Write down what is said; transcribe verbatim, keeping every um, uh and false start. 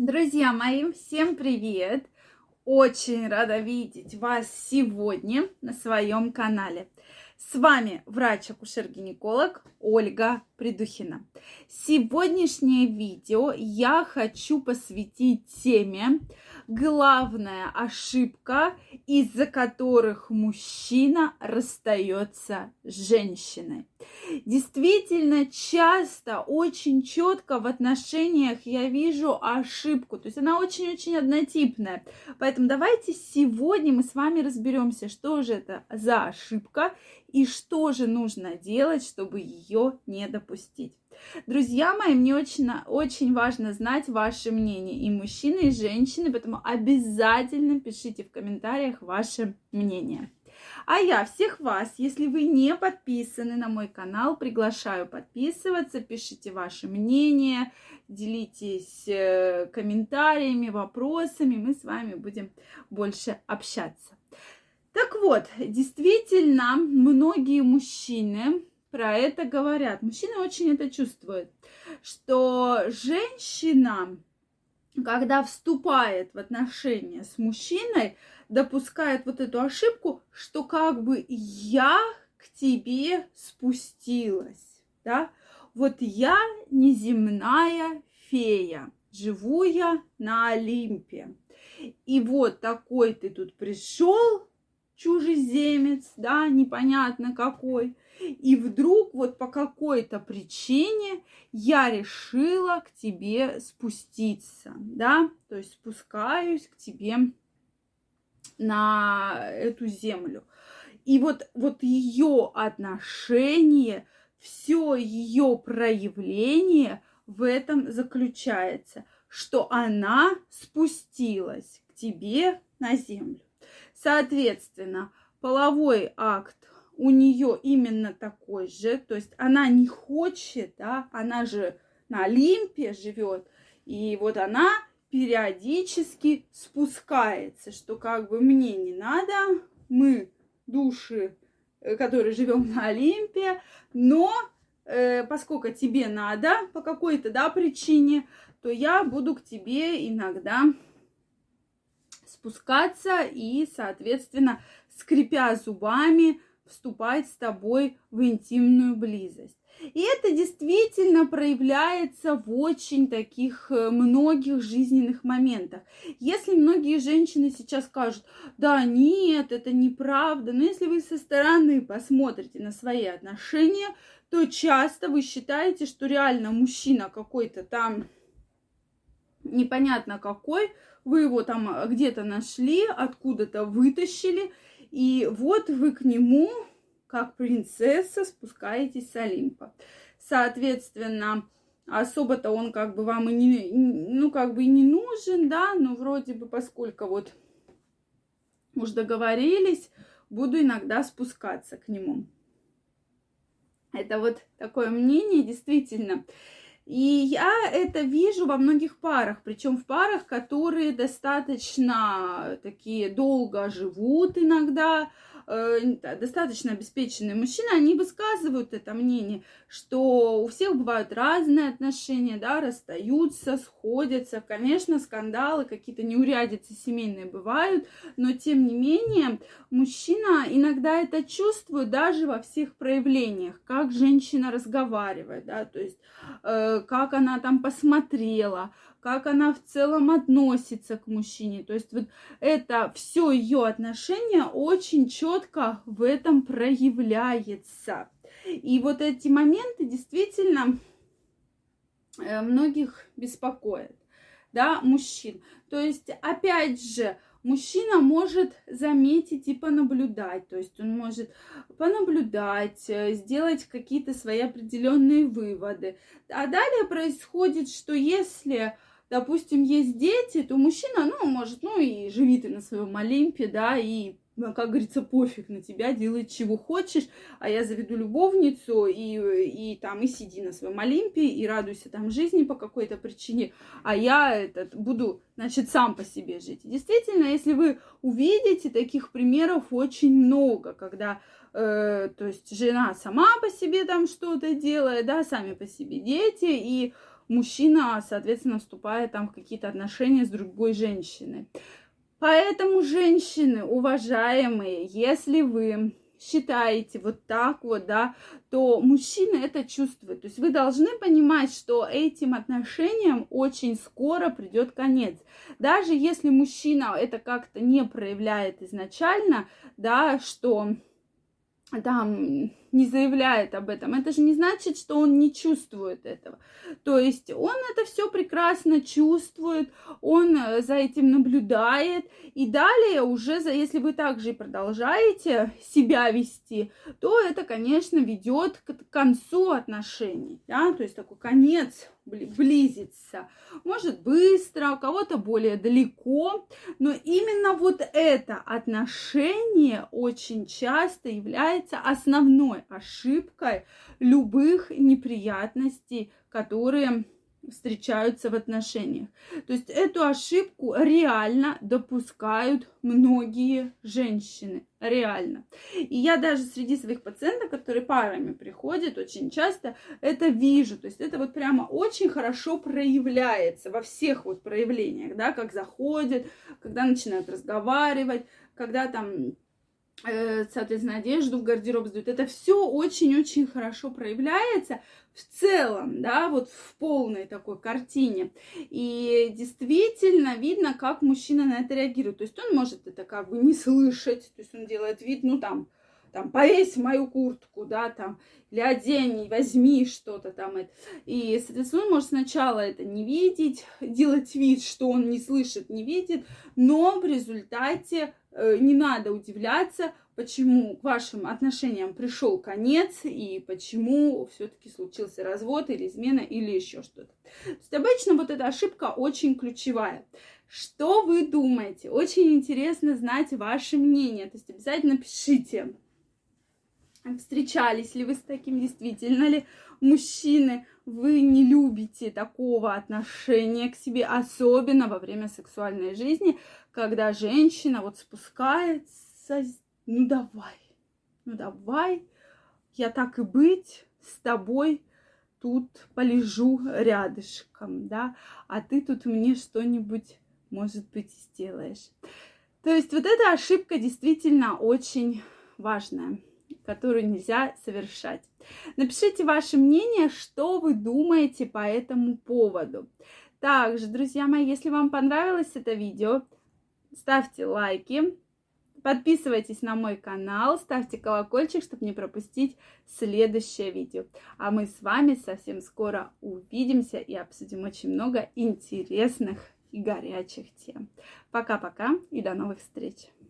Друзья мои, всем привет! Очень рада видеть вас сегодня на своем канале. С вами врач-акушер-гинеколог Ольга Придухина. Сегодняшнее видео я хочу посвятить теме «Главная ошибка, из-за которых мужчина расстается с женщиной». Действительно, часто, очень четко в отношениях я вижу ошибку, то есть она очень-очень однотипная. Поэтому давайте сегодня мы с вами разберемся, что же это за ошибка и что же нужно делать, чтобы ее не допустить. Друзья мои, мне очень, очень важно знать ваше мнение, и мужчины, и женщины, поэтому обязательно пишите в комментариях ваше мнение. А я всех вас, если вы не подписаны на мой канал, приглашаю подписываться, пишите ваше мнение, делитесь комментариями, вопросами, мы с вами будем больше общаться. Так вот, действительно, многие мужчины про это говорят, мужчины очень это чувствуют, что женщина, когда вступает в отношения с мужчиной, допускает вот эту ошибку, что как бы я к тебе спустилась, да, вот я неземная фея, живу я на Олимпе, и вот такой ты тут пришел, чужеземец, да, непонятно какой, и вдруг вот по какой-то причине я решила к тебе спуститься, да, то есть спускаюсь к тебе на эту землю. И вот, вот ее отношение, все ее проявление в этом заключается, что она спустилась к тебе на землю. Соответственно, половой акт у нее именно такой же, то есть она не хочет, да, она же на Олимпе живет, и вот она периодически спускается, что как бы мне не надо, мы души, которые живем на Олимпе, но э, поскольку тебе надо по какой-то, да, причине, то я буду к тебе иногда спускаться и, соответственно, скрипя зубами, вступать с тобой в интимную близость. И это действительно проявляется в очень таких многих жизненных моментах. Если многие женщины сейчас скажут, да нет, это неправда, но если вы со стороны посмотрите на свои отношения, то часто вы считаете, что реально мужчина какой-то там непонятно какой, вы его там где-то нашли, откуда-то вытащили, и вот вы к нему, как принцесса, спускаетесь с Олимпа. Соответственно, особо-то он как бы вам и не, ну, как бы и не нужен, да, но вроде бы, поскольку вот уж договорились, буду иногда спускаться к нему. Это вот такое мнение, действительно. И я это вижу во многих парах, причем в парах, которые достаточно такие долго живут иногда, э, достаточно обеспеченные мужчины, они высказывают это мнение, что у всех бывают разные отношения, да, расстаются, сходятся, конечно, скандалы, какие-то неурядицы семейные бывают, но тем не менее мужчина иногда это чувствует даже во всех проявлениях, как женщина разговаривает, да, то есть э, как она там посмотрела, как она в целом относится к мужчине. То есть вот это все ее отношение очень четко в этом проявляется. И вот эти моменты действительно многих беспокоят, да, мужчин. То есть, опять же, мужчина может заметить и понаблюдать, то есть он может понаблюдать, сделать какие-то свои определенные выводы. А далее происходит, что если, допустим, есть дети, то мужчина, ну, может, ну, и живи ты на своем Олимпе, да, и, как говорится, пофиг на тебя, делай чего хочешь, а я заведу любовницу, и, и там, и сиди на своем Олимпе, и радуйся там жизни по какой-то причине, а я этот, буду, значит, сам по себе жить. И действительно, если вы увидите, таких примеров очень много, когда, э, то есть, жена сама по себе там что-то делает, да, сами по себе дети, и мужчина, соответственно, вступает там в какие-то отношения с другой женщиной. Поэтому, женщины, уважаемые, если вы считаете вот так вот, да, то мужчина это чувствует. То есть вы должны понимать, что этим отношениям очень скоро придет конец. Даже если мужчина это как-то не проявляет изначально, да, что там не заявляет об этом, это же не значит, что он не чувствует этого. То есть он это все прекрасно чувствует, он за этим наблюдает, и далее уже, если вы также и продолжаете себя вести, то это, конечно, ведет к концу отношений, да, то есть такой конец близится. Может быстро, у кого-то более далеко, но именно вот это отношение очень часто является основной ошибкой любых неприятностей, которые встречаются в отношениях. То есть эту ошибку реально допускают многие женщины. Реально. И я даже среди своих пациентов, которые парами приходят, очень часто это вижу. То есть это вот прямо очень хорошо проявляется во всех вот проявлениях, да, как заходят, когда начинают разговаривать, когда там соответственно, одежду в гардероб сдают. Это все очень-очень хорошо проявляется в целом, да, вот в полной такой картине. И действительно видно, как мужчина на это реагирует. То есть он может это как бы не слышать, то есть он делает вид, ну там, там, повесь мою куртку, да, там, или одень, возьми что-то там. И, соответственно, он может сначала это не видеть, делать вид, что он не слышит, не видит, но в результате э, не надо удивляться, почему к вашим отношениям пришел конец и почему все-таки случился развод или измена или еще что-то. То есть обычно вот эта ошибка очень ключевая. Что вы думаете? Очень интересно знать ваше мнение. То есть обязательно пишите. Встречались ли вы с таким, действительно ли мужчины, вы не любите такого отношения к себе, особенно во время сексуальной жизни, когда женщина вот спускается, ну давай, ну давай, я так и быть с тобой тут полежу рядышком, да, а ты тут мне что-нибудь, может быть, сделаешь. То есть вот эта ошибка действительно очень важная, которую нельзя совершать. Напишите ваше мнение, что вы думаете по этому поводу. Также, друзья мои, если вам понравилось это видео, ставьте лайки, подписывайтесь на мой канал, ставьте колокольчик, чтобы не пропустить следующее видео. А мы с вами совсем скоро увидимся и обсудим очень много интересных и горячих тем. Пока-пока и до новых встреч!